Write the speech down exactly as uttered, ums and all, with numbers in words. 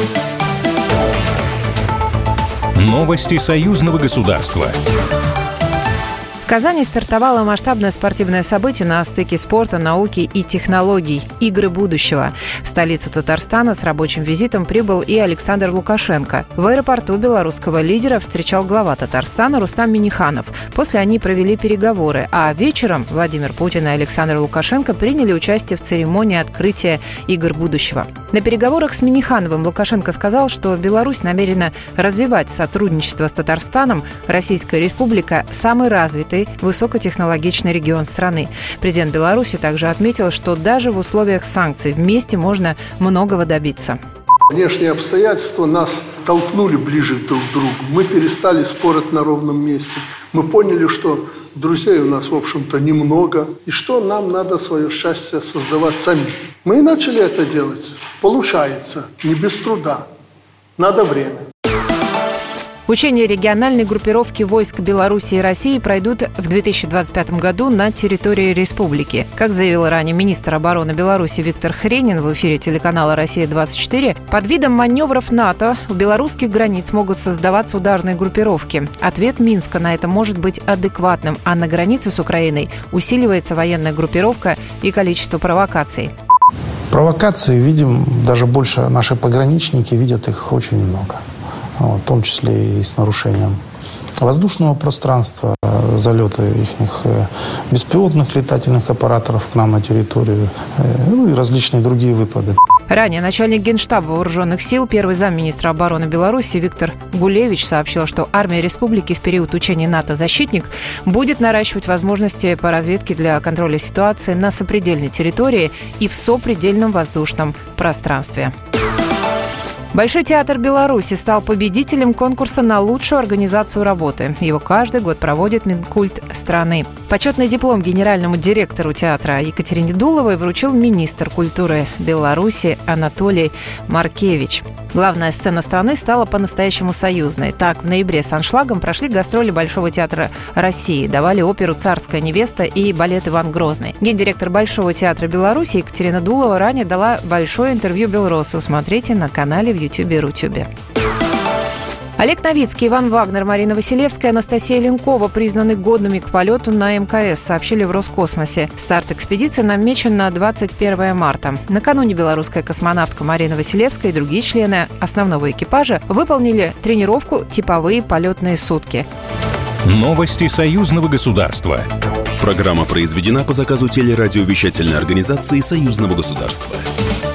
Новости союзного государства. В Казани стартовало масштабное спортивное событие на стыке спорта, науки и технологий – «Игры будущего». В столицу Татарстана с рабочим визитом прибыл и Александр Лукашенко. В аэропорту белорусского лидера встречал глава Татарстана Рустам Минниханов. После они провели переговоры, а вечером Владимир Путин и Александр Лукашенко приняли участие в церемонии открытия «Игр будущего». На переговорах с Миннихановым Лукашенко сказал, что Беларусь намерена развивать сотрудничество с Татарстаном. Российская Республика – самый развитый высокотехнологичный регион страны. Президент Беларуси также отметил, что даже в условиях санкций вместе можно многого добиться. Внешние обстоятельства нас толкнули ближе друг к другу. Мы перестали спорить на ровном месте. Мы поняли, что друзей у нас, в общем-то, немного. И что нам надо свое счастье создавать сами. Мы и начали это делать. Получается. Не без труда. Надо время. Учения региональной группировки войск Беларуси и России пройдут в две тысячи двадцать пятом году на территории республики. Как заявил ранее министр обороны Беларуси Виктор Хренин в эфире телеканала «Россия-двадцать четыре», под видом маневров НАТО у белорусских границ могут создаваться ударные группировки. Ответ Минска на это может быть адекватным, а на границе с Украиной усиливается военная группировка и количество провокаций. Провокации видим, даже больше наши пограничники видят их очень много. В том числе и с нарушением воздушного пространства, залеты их беспилотных летательных аппаратов к нам на территорию, ну и различные другие выпады. Ранее начальник Генштаба Вооруженных сил, первый замминистра обороны Беларуси Виктор Гулевич сообщил, что армия республики в период учений НАТО «Защитник» будет наращивать возможности по разведке для контроля ситуации на сопредельной территории и в сопредельном воздушном пространстве. Большой театр Беларуси стал победителем конкурса на лучшую организацию работы. Его каждый год проводит Минкульт страны. Почетный диплом генеральному директору театра Екатерине Дуловой вручил министр культуры Беларуси Анатолий Маркевич. Главная сцена страны стала по-настоящему союзной. Так, в ноябре с аншлагом прошли гастроли Большого театра России. Давали оперу «Царская невеста» и балет «Иван Грозный». Гендиректор Большого театра Беларуси Екатерина Дулова ранее дала большое интервью Белросу. Смотрите на канале в Ютьюбе Рутюбе. Олег Новицкий, Иван Вагнер, Марина Василевская, Анастасия Ленкова признаны годными к полету на эм ка эс, сообщили в Роскосмосе. Старт экспедиции намечен на двадцать первое марта. Накануне белорусская космонавтка Марина Василевская и другие члены основного экипажа выполнили тренировку «Типовые полетные сутки». Новости союзного государства. Программа произведена по заказу телерадиовещательной организации союзного государства.